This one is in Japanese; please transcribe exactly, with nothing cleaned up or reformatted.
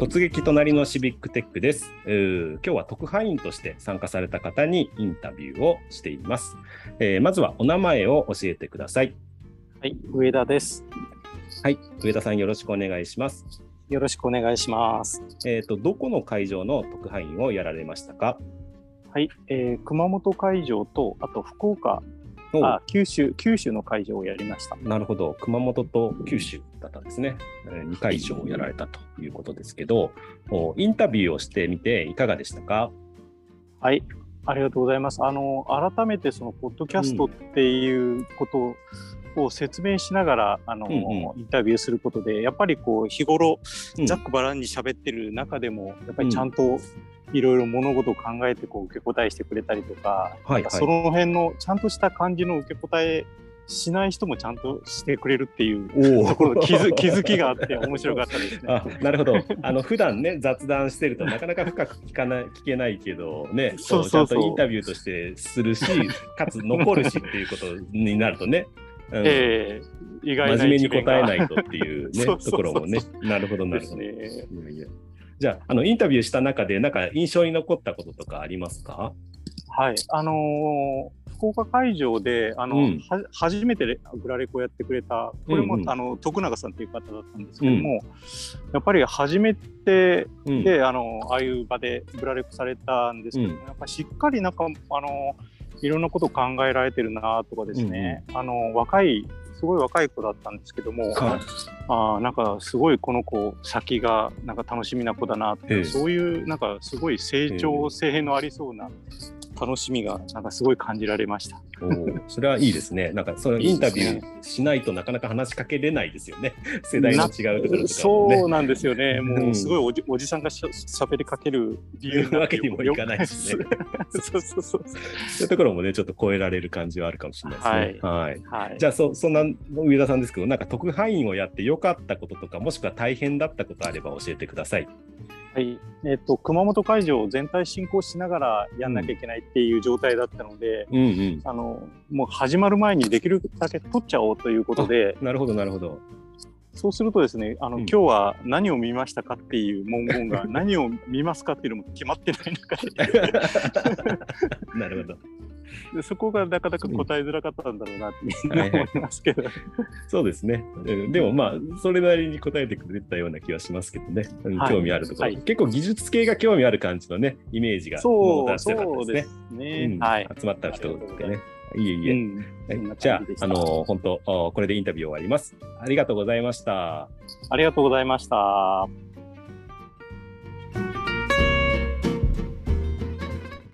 突撃隣のシビックテックです。今日は特派員として参加された方にインタビューをしています。えー、まずはお名前を教えてください。 はい、上田です。 はい、上田さんよろしくお願いします。 よろしくお願いします。 えーと、どこの会場の特派員をやられましたか？ はい、えー、熊本会場とあと福岡、あ九州九州の会場をやりました。 なるほど、熊本と九州だったんですね。に会場をやられたということですけど、インタビューをしてみていかがでしたか？ はい、ありがとうございます。あの改めてそのポッドキャストっていうことを説明しながら、うん、あの、うんうん、インタビューすることでやっぱりこう日頃、うん、ざっくばらんに喋ってる中でもやっぱりちゃんと、うんいろいろ物事を考えてこう受け答えしてくれたりとか、はいはい、その辺のちゃんとした感じの受け答えしない人もちゃんとしてくれるっていうところの気づ、気づきがあって面白かったですね。 あ、なるほど。あの普段ね雑談してるとなかなか深く聞かない聞けないけどね、そうそうそうちゃんとインタビューとしてするし、かつ残るしっていうことになるとね。うん、えー、意外な真面目に答えないとっていうねところもね。なるほどなるほど。ね、いやいやじゃあ、あのインタビューした中でなんか印象に残ったこととかありますか？ はい、あのー、福岡会場であの、うん、は初めてグラレコをやってくれたこれも、うんうん、あの徳永さんという方だったんですけども、うん、やっぱり初めてで、うん、あのああいう場でグラレコされたんですけども、うん、やっぱしっかりなんかあのいろんなことを考えられてるなとかですね、うんうん、あの若いすごい若い子だったんですけども、あなんかすごいこの子先がなんか楽しみな子だなって、そういうなんかすごい成長性のありそうな楽しみがなんかすごい感じられました。 おそれはいいですね。なんかそのインタビューしないとなかなか話しかけれないですよね。世代の違うところとか、ね、 そうなんですよね。もうすごいおじ、おじさんがしゃべりかける理由なわけにもいかないしね。そうそうそう。そういうところもねちょっと超えられる感じはあるかもしれないですね。はい。はいはい、じゃあ そ, そんな上田さんですけど、なんか特派員をやって良かったこととか、もしくは大変だったことあれば教えてください。 はい、えーと、熊本会場を全体進行しながらやんなきゃいけないっていう状態だったので、うんうん、あのもう始まる前にできるだけ取っちゃおうということで、 なるほどなるほど。 そうするとですね、あの、うん、今日は何を見ましたかっていう文言が何を見ますかっていうのも決まってない中でなるほど。 でそこがなかなか答えづらかったんだろうなってみんな思いますけど、はいはい、 そうですね。でもまあそれなりに答えてくれたような気はしますけどね、はい、興味あるところ、はい、結構技術系が興味ある感じのねイメージがそうそうですね、 うんはい、集まった人とかね。いえいえ、うんはい、じゃあ、あの本当これでインタビュー終わります。ありがとうございました。 ありがとうございました。